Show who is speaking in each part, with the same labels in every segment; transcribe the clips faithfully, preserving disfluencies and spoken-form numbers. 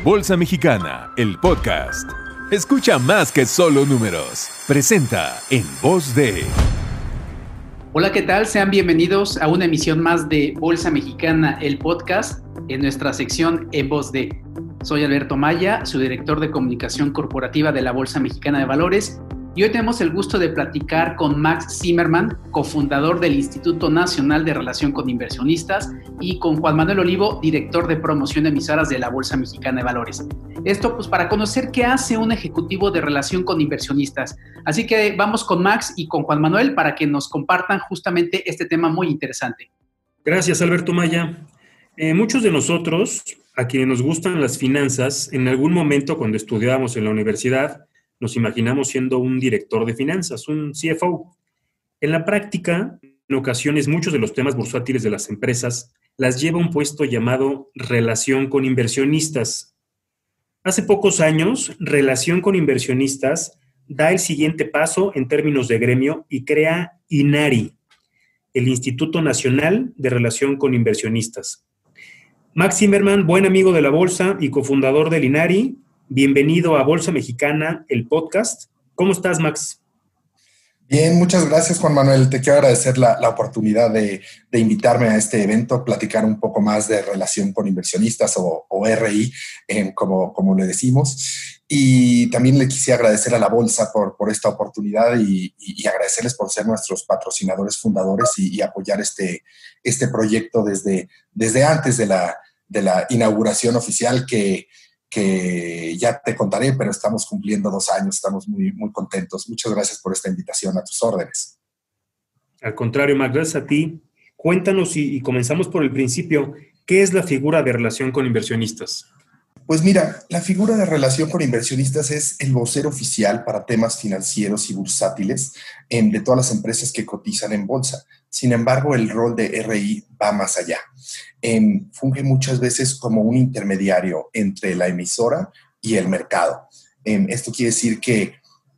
Speaker 1: Bolsa Mexicana, el podcast. Escucha más que solo números. Presenta En Voz de...
Speaker 2: Hola, ¿qué tal? Sean bienvenidos a una emisión más de Bolsa Mexicana, el podcast, en nuestra sección En Voz de. Soy Alberto Maya, su director de comunicación corporativa de la Bolsa Mexicana de Valores, y hoy tenemos el gusto de platicar con Max Zimmerman, cofundador del Instituto Nacional de Relación con Inversionistas, y con Juan Manuel Olivo, director de promoción de emisoras de la Bolsa Mexicana de Valores. Esto pues para conocer qué hace un ejecutivo de relación con inversionistas. Así que vamos con Max y con Juan Manuel para que nos compartan justamente este tema muy interesante.
Speaker 3: Gracias, Alberto Maya. Eh, muchos de nosotros, a quienes nos gustan las finanzas, en algún momento cuando estudiábamos en la universidad, nos imaginamos siendo un director de finanzas, un C F O. En la práctica, en ocasiones, muchos de los temas bursátiles de las empresas las lleva un puesto llamado relación con inversionistas. Hace pocos años, relación con inversionistas da el siguiente paso en términos de gremio y crea INARI, el Instituto Nacional de Relación con Inversionistas. Max Zimmerman, buen amigo de la Bolsa y cofundador del INARI, bienvenido a Bolsa Mexicana, el podcast. ¿Cómo estás, Max?
Speaker 4: Bien, muchas gracias, Juan Manuel. Te quiero agradecer la, la oportunidad de, de invitarme a este evento, platicar un poco más de relación con inversionistas o, o R I, eh, como, como le decimos. Y también le quisiera agradecer a la Bolsa por, por esta oportunidad y, y, y agradecerles por ser nuestros patrocinadores fundadores y, y apoyar este, este proyecto desde, desde antes de la, de la inauguración oficial que... que ya te contaré, pero estamos cumpliendo dos años, estamos muy, muy contentos. Muchas gracias por esta invitación, a tus órdenes.
Speaker 3: Al contrario, Max, gracias a ti. Cuéntanos y, y comenzamos por el principio. ¿Qué es la figura de relación con inversionistas?
Speaker 4: Pues mira, la figura de relación con inversionistas es el vocero oficial para temas financieros y bursátiles en, de todas las empresas que cotizan en bolsa. Sin embargo, el rol de R I va más allá. En, funge muchas veces como un intermediario entre la emisora y el mercado. En, esto quiere decir que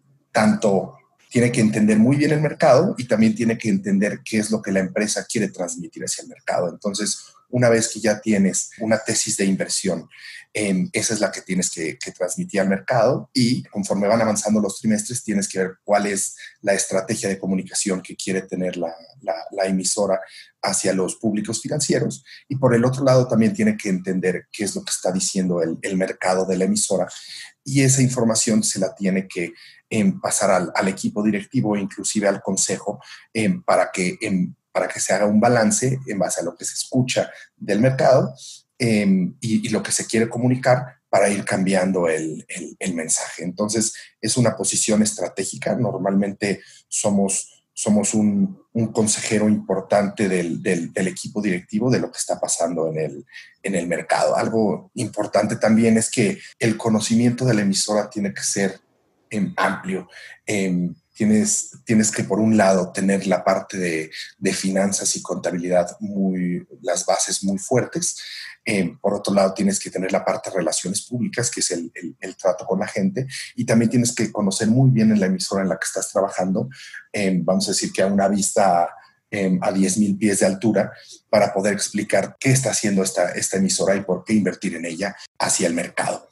Speaker 4: tanto tiene que entender muy bien el mercado y también tiene que entender qué es lo que la empresa quiere transmitir hacia el mercado. Entonces, una vez que ya tienes una tesis de inversión, eh, esa es la que tienes que, que transmitir al mercado, y conforme van avanzando los trimestres tienes que ver cuál es la estrategia de comunicación que quiere tener la, la, la emisora hacia los públicos financieros, y por el otro lado también tiene que entender qué es lo que está diciendo el, el mercado de la emisora, y esa información se la tiene que eh, pasar al, al equipo directivo e inclusive al consejo eh, para que eh, para que se haga un balance en base a lo que se escucha del mercado eh, y, y lo que se quiere comunicar para ir cambiando el, el, el mensaje. Entonces, es una posición estratégica. Normalmente somos, somos un, un consejero importante del, del, del equipo directivo de lo que está pasando en el, en el mercado. Algo importante también es que el conocimiento de la emisora tiene que ser eh, amplio. Eh, Tienes, tienes que, por un lado, tener la parte de, de finanzas y contabilidad, muy, las bases muy fuertes. Eh, por otro lado, tienes que tener la parte de relaciones públicas, que es el, el, el trato con la gente. Y también tienes que conocer muy bien en la emisora en la que estás trabajando. Eh, vamos a decir que a una vista eh, a diez mil pies de altura, para poder explicar qué está haciendo esta, esta emisora y por qué invertir en ella hacia el mercado.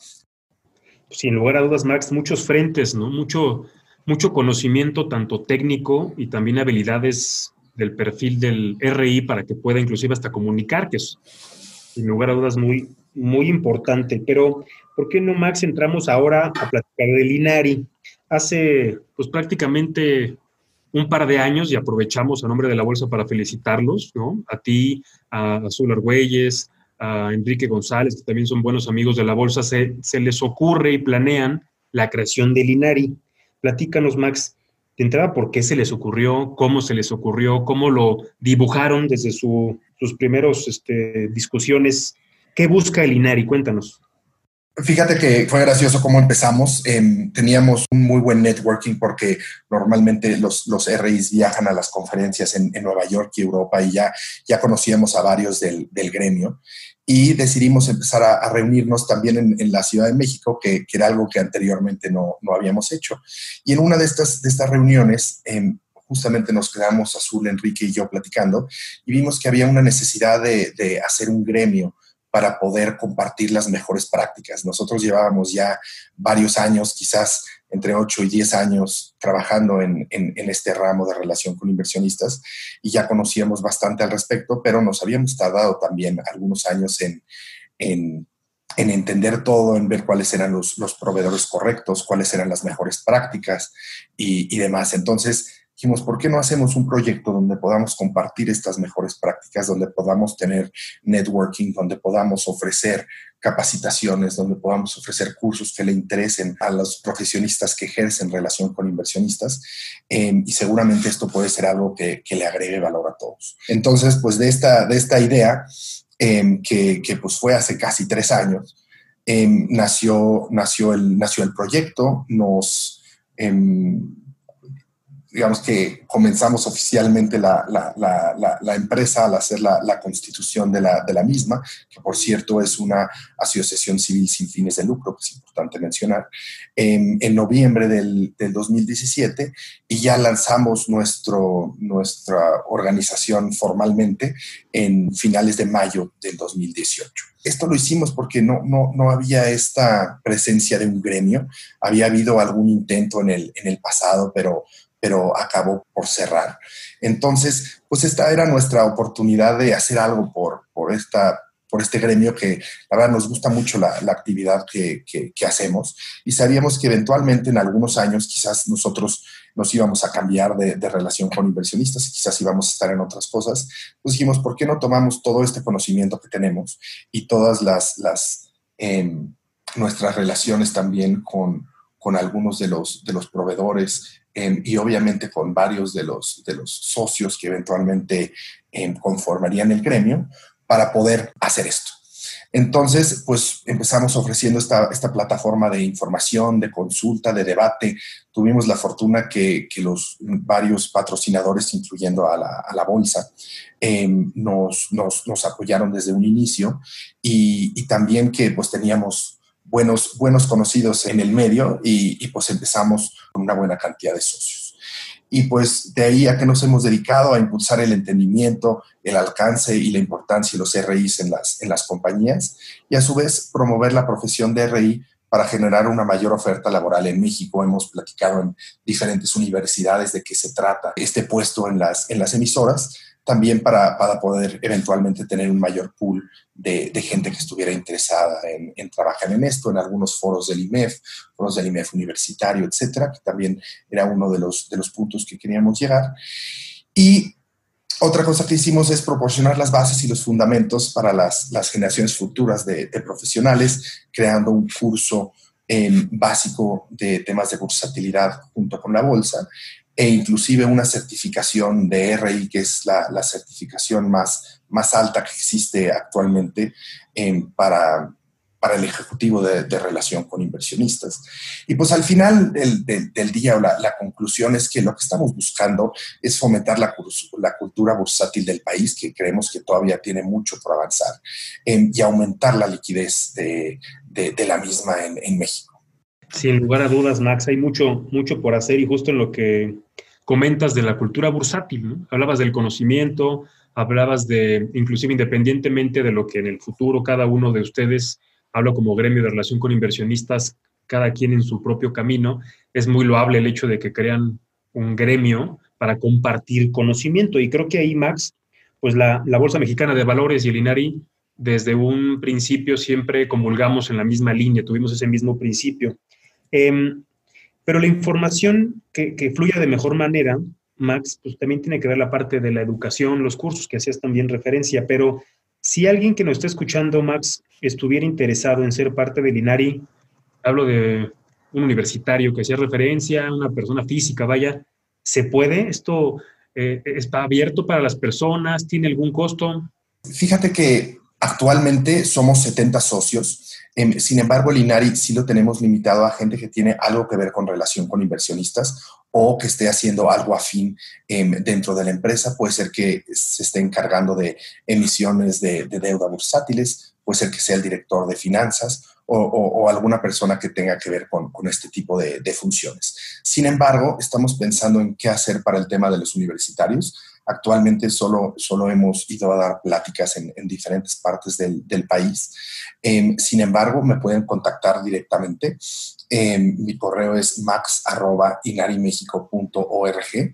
Speaker 3: Sin lugar a dudas, Max, muchos frentes, ¿no? Mucho... Mucho conocimiento, tanto técnico y también habilidades del perfil del R I para que pueda inclusive hasta comunicar, que es, sin lugar a dudas, muy, muy importante. Pero, ¿por qué no, Max, entramos ahora a platicar del INARI? Hace, pues, prácticamente un par de años, y aprovechamos a nombre de la Bolsa para felicitarlos, ¿no? A ti, a Azul Argüelles, a Enrique González, que también son buenos amigos de la Bolsa, se, se les ocurre y planean la creación del INARI. Platícanos, Max, de entrada, ¿por qué se les ocurrió? ¿Cómo se les ocurrió? ¿Cómo lo dibujaron desde su, sus primeros este, discusiones? ¿Qué busca el INARI? Cuéntanos.
Speaker 4: Fíjate que fue gracioso cómo empezamos. Eh, teníamos un muy buen networking porque normalmente los, los R Is viajan a las conferencias en, en Nueva York y Europa, y ya, ya conocíamos a varios del, del gremio. Y decidimos empezar a, a reunirnos también en, en la Ciudad de México, que, que era algo que anteriormente no, no habíamos hecho. Y en una de estas, de estas reuniones, eh, justamente nos quedamos, Azul, Enrique y yo, platicando, y vimos que había una necesidad de, de hacer un gremio para poder compartir las mejores prácticas. Nosotros llevábamos ya varios años, quizás entre ocho y diez años, trabajando en, en, en este ramo de relación con inversionistas y ya conocíamos bastante al respecto, pero nos habíamos tardado también algunos años en, en, en entender todo, en ver cuáles eran los, los proveedores correctos, cuáles eran las mejores prácticas y, y demás. Entonces, dijimos, ¿por qué no hacemos un proyecto donde podamos compartir estas mejores prácticas, donde podamos tener networking, donde podamos ofrecer capacitaciones, donde podamos ofrecer cursos que le interesen a los profesionistas que ejercen relación con inversionistas? Eh, y seguramente esto puede ser algo que, que le agregue valor a todos. Entonces, pues de esta, de esta idea, eh, que, que pues fue hace casi tres años, eh, nació, nació, el, nació el proyecto, nos... Eh, digamos que comenzamos oficialmente la, la, la, la, la empresa al hacer la, la constitución de la, de la misma, que por cierto es una asociación civil sin fines de lucro, que es importante mencionar, en, en noviembre del, del dos mil diecisiete, y ya lanzamos nuestro, nuestra organización formalmente en finales de mayo del dos mil dieciocho. Esto lo hicimos porque no, no, no había esta presencia de un gremio. Había habido algún intento en el, en el pasado, pero pero acabó por cerrar. Entonces, pues esta era nuestra oportunidad de hacer algo por, por, esta, por este gremio que, la verdad, nos gusta mucho la, la actividad que, que, que hacemos, y sabíamos que eventualmente en algunos años quizás nosotros nos íbamos a cambiar de, de relación con inversionistas y quizás íbamos a estar en otras cosas. Pues dijimos, ¿por qué no tomamos todo este conocimiento que tenemos y todas las, las eh, nuestras relaciones también con, con algunos de los, de los proveedores, Eh, y obviamente con varios de los, de los socios que eventualmente eh, conformarían el gremio, para poder hacer esto? Entonces, pues empezamos ofreciendo esta, esta plataforma de información, de consulta, de debate. Tuvimos la fortuna que, que los varios patrocinadores, incluyendo a la, a la bolsa, eh, nos, nos, nos apoyaron desde un inicio, y, y también que pues teníamos Buenos, buenos conocidos en el medio, y, y pues empezamos con una buena cantidad de socios. Y pues de ahí a que nos hemos dedicado a impulsar el entendimiento, el alcance y la importancia de los R Is en las, en las compañías, y a su vez promover la profesión de R I para generar una mayor oferta laboral en México. Hemos platicado en diferentes universidades de qué se trata este puesto en las, en las emisoras, también para, para poder eventualmente tener un mayor pool de, de gente que estuviera interesada en, en trabajar en esto, en algunos foros del I M E F, foros del I M E F universitario, etcétera, que también era uno de los, de los puntos que queríamos llegar. Y otra cosa que hicimos es proporcionar las bases y los fundamentos para las, las generaciones futuras de, de profesionales, creando un curso eh, básico de temas de bursatilidad junto con la bolsa, e inclusive una certificación de R I, que es la, la certificación más, más alta que existe actualmente eh, para, para el ejecutivo de, de relación con inversionistas. Y pues al final del, del, del día, la, la conclusión es que lo que estamos buscando es fomentar la, la cultura bursátil del país, que creemos que todavía tiene mucho por avanzar, eh, y aumentar la liquidez de, de, de la misma en, en México.
Speaker 3: Sin lugar a dudas, Max, hay mucho, mucho por hacer, y justo en lo que comentas de la cultura bursátil, ¿no? Hablabas del conocimiento, hablabas de, inclusive independientemente de lo que en el futuro cada uno de ustedes habla como gremio de relación con inversionistas, cada quien en su propio camino, es muy loable el hecho de que crean un gremio para compartir conocimiento. Y creo que ahí, Max, pues la, la Bolsa Mexicana de Valores y el INARI, desde un principio siempre comulgamos en la misma línea, tuvimos ese mismo principio. Eh, pero la información que, que fluya de mejor manera, Max, pues también tiene que ver la parte de la educación, los cursos que hacías también referencia, pero si alguien que nos está escuchando, Max, estuviera interesado en ser parte del INARI, hablo de un universitario que hacía referencia, una persona física, vaya, ¿se puede? ¿Esto eh, está abierto para las personas? ¿Tiene algún costo?
Speaker 4: Fíjate que actualmente somos setenta socios. Eh, sin embargo, el INARI sí lo tenemos limitado a gente que tiene algo que ver con relación con inversionistas o que esté haciendo algo afín eh, dentro de la empresa. Puede ser que se esté encargando de emisiones de, de deuda bursátiles, puede ser que sea el director de finanzas o, o, o alguna persona que tenga que ver con, con este tipo de, de funciones. Sin embargo, estamos pensando en qué hacer para el tema de los universitarios. Actualmente solo, solo hemos ido a dar pláticas en, en diferentes partes del, del país. Eh, sin embargo, me pueden contactar directamente. Eh, mi correo es max arroba inarimexico punto org eh,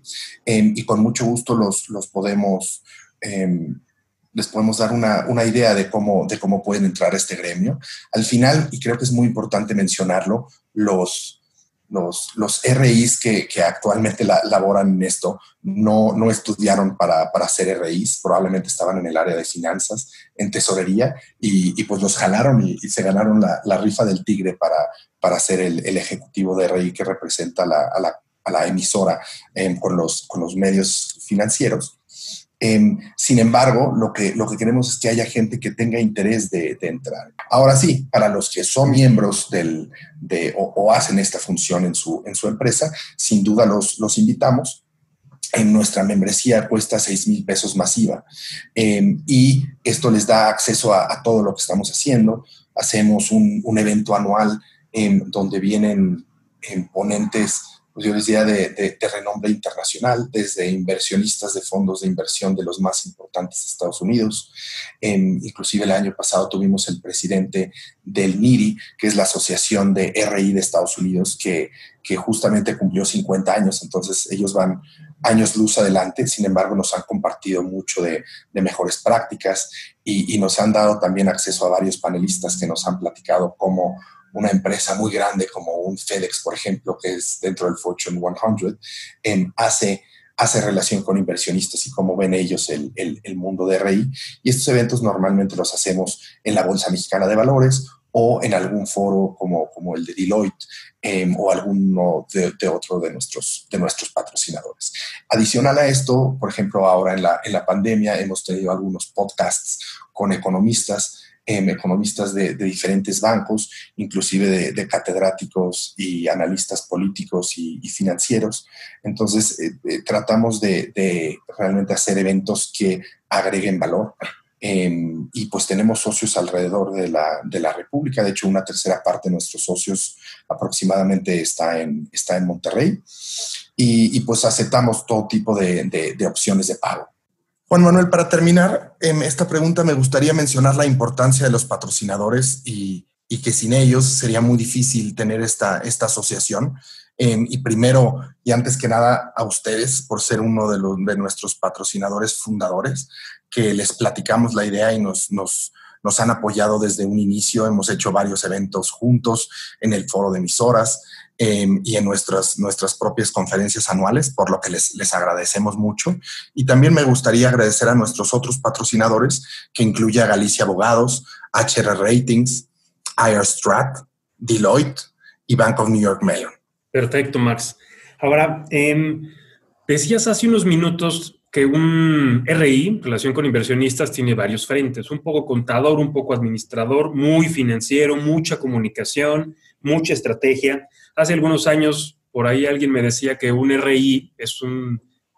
Speaker 4: y con mucho gusto los, los podemos... Eh, les podemos dar una, una idea de cómo, de cómo pueden entrar a este gremio. Al final, y creo que es muy importante mencionarlo, los, los, los R Is que, que actualmente la, laboran en esto no, no estudiaron para, para ser R Is, probablemente estaban en el área de finanzas, en tesorería, y, y pues los jalaron y, y se ganaron la, la rifa del tigre para, para ser el, el ejecutivo de R I que representa la, a, la, a la emisora eh, con, los, con los medios financieros. Eh, sin embargo, lo que, lo que queremos es que haya gente que tenga interés de, de entrar. Ahora sí, para los que son miembros del, de, o, o hacen esta función en su, en su empresa, sin duda los, los invitamos. En nuestra membresía cuesta seis mil pesos masiva eh, y esto les da acceso a, a todo lo que estamos haciendo. Hacemos un, un evento anual eh, donde vienen eh, ponentes, pues yo les diría, de, de, de renombre internacional, desde inversionistas de fondos de inversión de los más importantes de Estados Unidos. Eh, inclusive el año pasado tuvimos el presidente del N I R I, que es la Asociación de R I de Estados Unidos, que, que justamente cumplió cincuenta años, entonces ellos van años luz adelante. Sin embargo, nos han compartido mucho de, de mejores prácticas y, y nos han dado también acceso a varios panelistas que nos han platicado cómo una empresa muy grande como un FedEx, por ejemplo, que es dentro del Fortune cien, eh, hace, hace relación con inversionistas y cómo ven ellos el, el, el mundo de R I. Y estos eventos normalmente los hacemos en la Bolsa Mexicana de Valores o en algún foro como, como el de Deloitte eh, o alguno de, de otro de nuestros, de nuestros patrocinadores. Adicional a esto, por ejemplo, ahora en la, en la pandemia hemos tenido algunos podcasts con economistas, Eh, economistas de, de diferentes bancos, inclusive de, de catedráticos y analistas políticos y, y financieros. Entonces, eh, eh, tratamos de, de realmente hacer eventos que agreguen valor. Eh, y pues tenemos socios alrededor de la, de la República. De hecho, una tercera parte de nuestros socios aproximadamente está en, está en Monterrey. Y, y pues aceptamos todo tipo de, de, de opciones de pago. Juan Manuel, para terminar eh, esta pregunta, me gustaría mencionar la importancia de los patrocinadores y, y que sin ellos sería muy difícil tener esta, esta asociación. Eh, y primero, y antes que nada, a ustedes por ser uno de, los, de nuestros patrocinadores fundadores, que les platicamos la idea y nos, nos, nos han apoyado desde un inicio. Hemos hecho varios eventos juntos en el foro de emisoras eh, y en nuestras, nuestras propias conferencias anuales, por lo que les, les agradecemos mucho. Y también me gustaría agradecer a nuestros otros patrocinadores, que incluye a Galicia Abogados, H R Ratings, I R Strat, Deloitte y Bank of New York Mellon.
Speaker 3: Perfecto, Max. Ahora, eh, decías hace unos minutos que un R I, relación con inversionistas, tiene varios frentes, un poco contador, un poco administrador, muy financiero, mucha comunicación, mucha estrategia. Hace algunos años, por ahí alguien me decía que un R I es un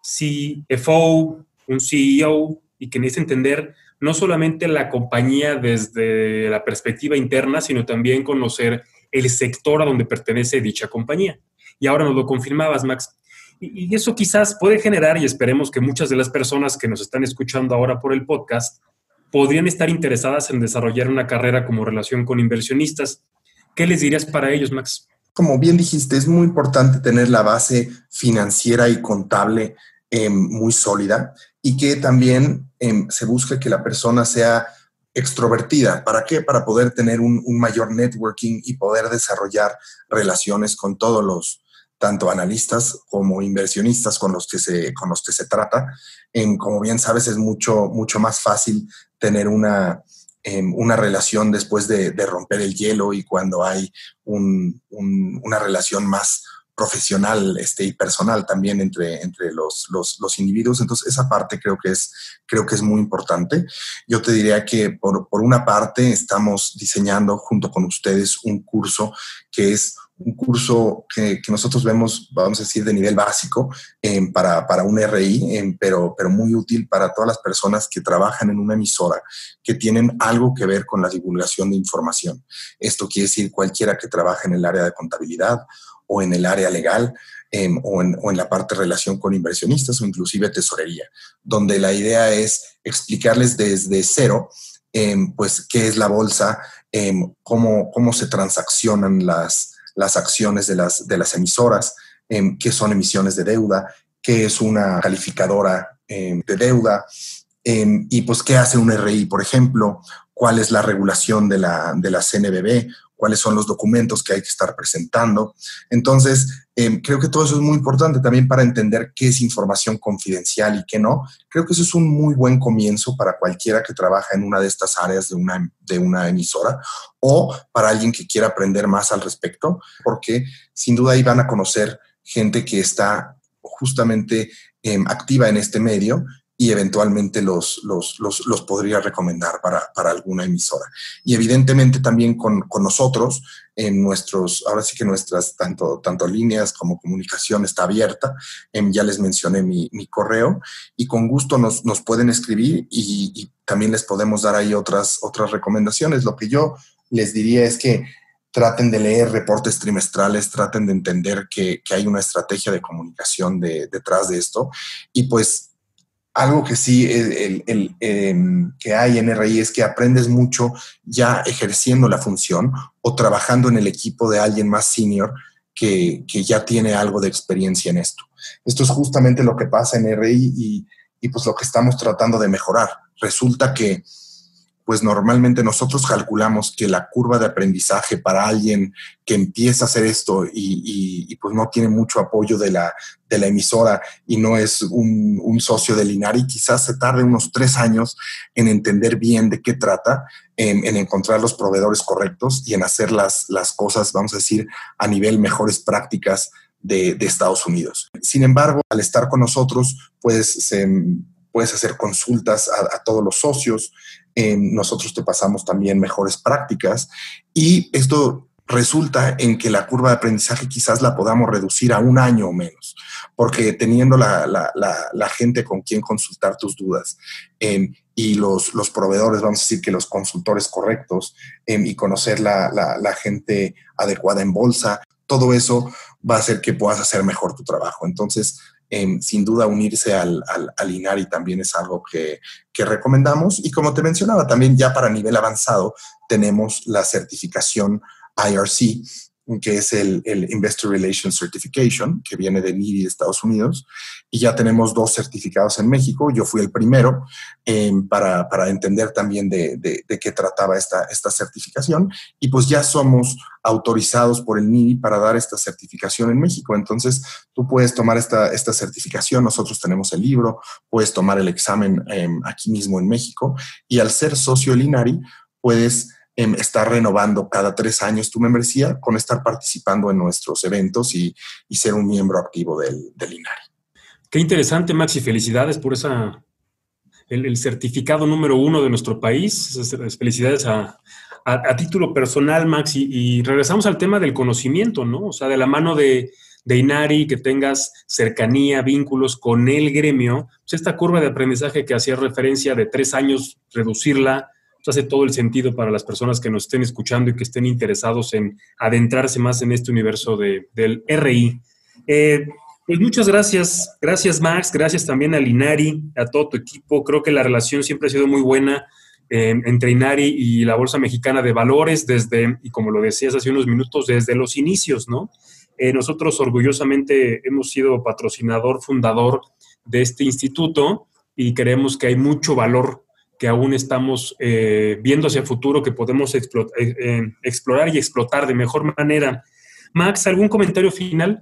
Speaker 3: C F O, un C E O, y que necesita entender no solamente la compañía desde la perspectiva interna, sino también conocer el sector a donde pertenece dicha compañía. Y ahora nos lo confirmabas, Max. Y, y eso quizás puede generar, y esperemos que muchas de las personas que nos están escuchando ahora por el podcast podrían estar interesadas en desarrollar una carrera como relación con inversionistas. ¿Qué les dirías para ellos, Max?
Speaker 4: Como bien dijiste, es muy importante tener la base financiera y contable eh, muy sólida y que también eh, se busque que la persona sea extrovertida. ¿Para qué? Para poder tener un, un mayor networking y poder desarrollar relaciones con todos los, tanto analistas como inversionistas con los que se, con los que se trata. Eh, como bien sabes, es mucho, mucho más fácil tener una, eh, una relación después de, de romper el hielo y cuando hay un, un, una relación más profesional este, y personal también entre, entre los, los, los individuos. Entonces, esa parte creo que es, creo que es muy importante. Yo te diría que por, por una parte estamos diseñando junto con ustedes un curso que es un curso que, que nosotros vemos, vamos a decir, de nivel básico eh, para, para un R I, eh, pero, pero muy útil para todas las personas que trabajan en una emisora, que tienen algo que ver con la divulgación de información. Esto quiere decir cualquiera que trabaje en el área de contabilidad o en el área legal, eh, o, en, o en la parte de relación con inversionistas o inclusive tesorería, donde la idea es explicarles desde cero eh, pues, qué es la bolsa, eh, cómo, cómo se transaccionan las las acciones de las, de las emisoras, eh, qué son emisiones de deuda, qué es una calificadora eh, de deuda, eh, y pues qué hace un R I, por ejemplo, cuál es la regulación de la, de la C N B B, cuáles son los documentos que hay que estar presentando. Entonces, eh, creo que todo eso es muy importante también para entender qué es información confidencial y qué no. Creo que eso es un muy buen comienzo para cualquiera que trabaja en una de estas áreas de una, de una emisora o para alguien que quiera aprender más al respecto, porque sin duda ahí van a conocer gente que está justamente eh, activa en este medio y eventualmente los, los, los, los podría recomendar para, para alguna emisora. Y evidentemente también con, con nosotros, en nuestros, ahora sí que nuestras tanto, tanto líneas como comunicación está abierta. Eh, ya les mencioné mi, mi correo y con gusto nos, nos pueden escribir y, y también les podemos dar ahí otras, otras recomendaciones. Lo que yo les diría es que traten de leer reportes trimestrales, traten de entender que, que hay una estrategia de comunicación de, detrás de esto y pues algo que sí el, el, el, el, que hay en R I es que aprendes mucho ya ejerciendo la función o trabajando en el equipo de alguien más senior que, que ya tiene algo de experiencia en esto. Esto es justamente lo que pasa en R I y, y pues lo que estamos tratando de mejorar. Resulta que pues normalmente nosotros calculamos que la curva de aprendizaje para alguien que empieza a hacer esto y, y, y pues no tiene mucho apoyo de la, de la emisora y no es un, un socio del INARI, quizás se tarde unos tres años en entender bien de qué trata, en, en encontrar los proveedores correctos y en hacer las, las cosas, vamos a decir, a nivel mejores prácticas de, de Estados Unidos. Sin embargo, al estar con nosotros, pues se... puedes hacer consultas a, a todos los socios, eh, nosotros te pasamos también mejores prácticas y esto resulta en que la curva de aprendizaje quizás la podamos reducir a un año o menos, porque teniendo la, la, la, la gente con quien consultar tus dudas eh, y los, los proveedores, vamos a decir que los consultores correctos eh, y conocer la, la, la gente adecuada en bolsa, todo eso va a hacer que puedas hacer mejor tu trabajo. Entonces, Eh, sin duda unirse al, al, al INARI también es algo que, que recomendamos y como te mencionaba también ya para nivel avanzado tenemos la certificación I R C, que es el, el Investor Relations Certification, que viene de N I R I de Estados Unidos, y ya tenemos dos certificados en México. Yo fui el primero eh, para, para entender también de, de, de qué trataba esta, esta certificación, y pues ya somos autorizados por el N I R I para dar esta certificación en México. Entonces, tú puedes tomar esta, esta certificación, nosotros tenemos el libro, puedes tomar el examen eh, aquí mismo en México, y al ser socio del INARI, puedes eh, estar renovando cada tres años tu membresía con estar participando en nuestros eventos y, y ser un miembro activo del, del INARI.
Speaker 3: Qué interesante, Max, y felicidades por esa, el, el certificado número uno de nuestro país. Felicidades a, a, a título personal, Max, y, y regresamos al tema del conocimiento, ¿no? O sea, de la mano de, de INARI, que tengas cercanía, vínculos con el gremio, pues esta curva de aprendizaje que hacía referencia de tres años, reducirla, pues hace todo el sentido para las personas que nos estén escuchando y que estén interesados en adentrarse más en este universo de, del R I. Eh, Pues muchas gracias, gracias Max, gracias también al INARI, a todo tu equipo. Creo que la relación siempre ha sido muy buena eh, entre INARI y la Bolsa Mexicana de Valores desde, y como lo decías hace unos minutos, desde los inicios, ¿no? Eh, nosotros orgullosamente hemos sido patrocinador, fundador de este instituto y creemos que hay mucho valor que aún estamos eh, viendo hacia el futuro, que podemos explot- eh, eh, explorar y explotar de mejor manera. Max, ¿algún comentario final?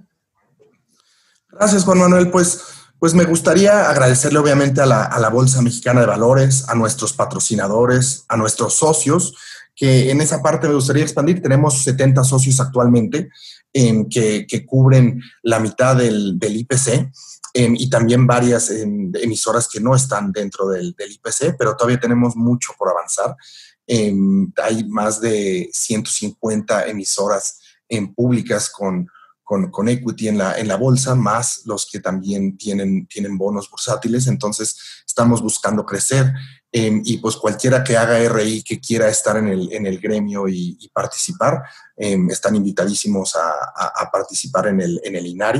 Speaker 4: Gracias, Juan Manuel. Pues, pues me gustaría agradecerle obviamente a la, a la Bolsa Mexicana de Valores, a nuestros patrocinadores, a nuestros socios, que en esa parte me gustaría expandir. Tenemos setenta socios actualmente eh, que, que cubren la mitad del, del I P C eh, y también varias eh, emisoras que no están dentro del, del I P C, pero todavía tenemos mucho por avanzar. Eh, hay más de ciento cincuenta emisoras en públicas con, con, con equity en la, en la bolsa, más los que también tienen, tienen bonos bursátiles. Entonces, estamos buscando crecer. Eh, y pues cualquiera que haga R I que quiera estar en el, en el gremio y, y participar, eh, están invitadísimos a, a, a participar en el, en el INARI.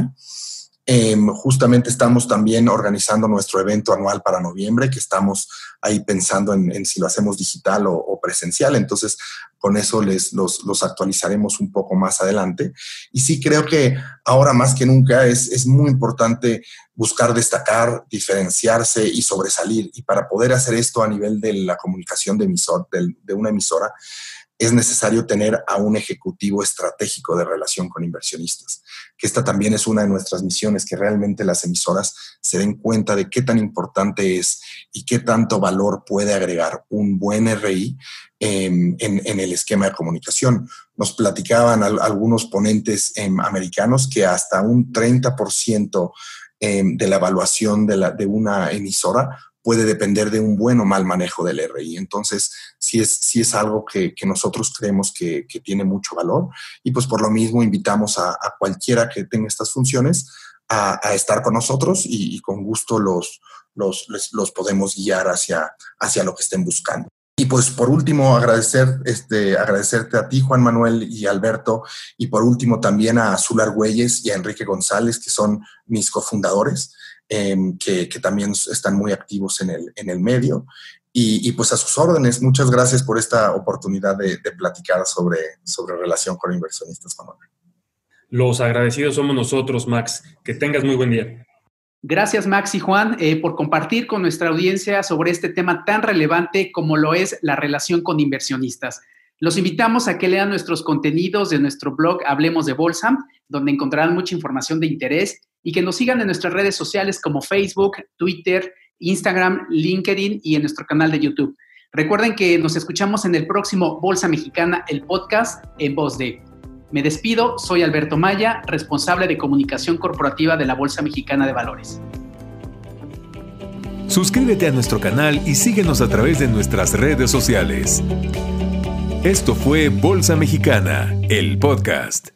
Speaker 4: Eh, justamente estamos también organizando nuestro evento anual para noviembre, que estamos ahí pensando en, en si lo hacemos digital o, o presencial. Entonces, con eso les, los, los actualizaremos un poco más adelante. Y sí, creo que ahora más que nunca es, es muy importante buscar destacar, diferenciarse y sobresalir. Y para poder hacer esto a nivel de la comunicación de, emisor, de, de una emisora, es necesario tener a un ejecutivo estratégico de relación con inversionistas, que esta también es una de nuestras misiones, que realmente las emisoras se den cuenta de qué tan importante es y qué tanto valor puede agregar un buen R I en, en, en el esquema de comunicación. Nos platicaban al, algunos ponentes eh, americanos que hasta un treinta por ciento eh, de la evaluación de, la, de una emisora puede depender de un buen o mal manejo del R I. Entonces, sí es, sí es algo que, que nosotros creemos que, que tiene mucho valor, y pues por lo mismo invitamos a, a cualquiera que tenga estas funciones a, a estar con nosotros y, y con gusto los, los, les, los podemos guiar hacia, hacia lo que estén buscando. Y pues por último, agradecer, este, agradecerte a ti, Juan Manuel y Alberto, y por último también a Azul Argüelles y a Enrique González, que son mis cofundadores. Eh, que, que también están muy activos en el, en el medio. Y, y pues a sus órdenes, muchas gracias por esta oportunidad de, de platicar sobre, sobre relación con inversionistas, Juan Manuel.
Speaker 3: Los agradecidos somos nosotros, Max. Que tengas muy buen día.
Speaker 2: Gracias, Max y Juan, eh, por compartir con nuestra audiencia sobre este tema tan relevante como lo es la relación con inversionistas. Los invitamos a que lean nuestros contenidos de nuestro blog Hablemos de Bolsa, donde encontrarán mucha información de interés, y que nos sigan en nuestras redes sociales como Facebook, Twitter, Instagram, LinkedIn y en nuestro canal de YouTube. Recuerden que nos escuchamos en el próximo Bolsa Mexicana, el podcast en voz de. Me despido, soy Alberto Maya, responsable de comunicación corporativa de la Bolsa Mexicana de Valores.
Speaker 1: Suscríbete a nuestro canal y síguenos a través de nuestras redes sociales. Esto fue Bolsa Mexicana, el podcast.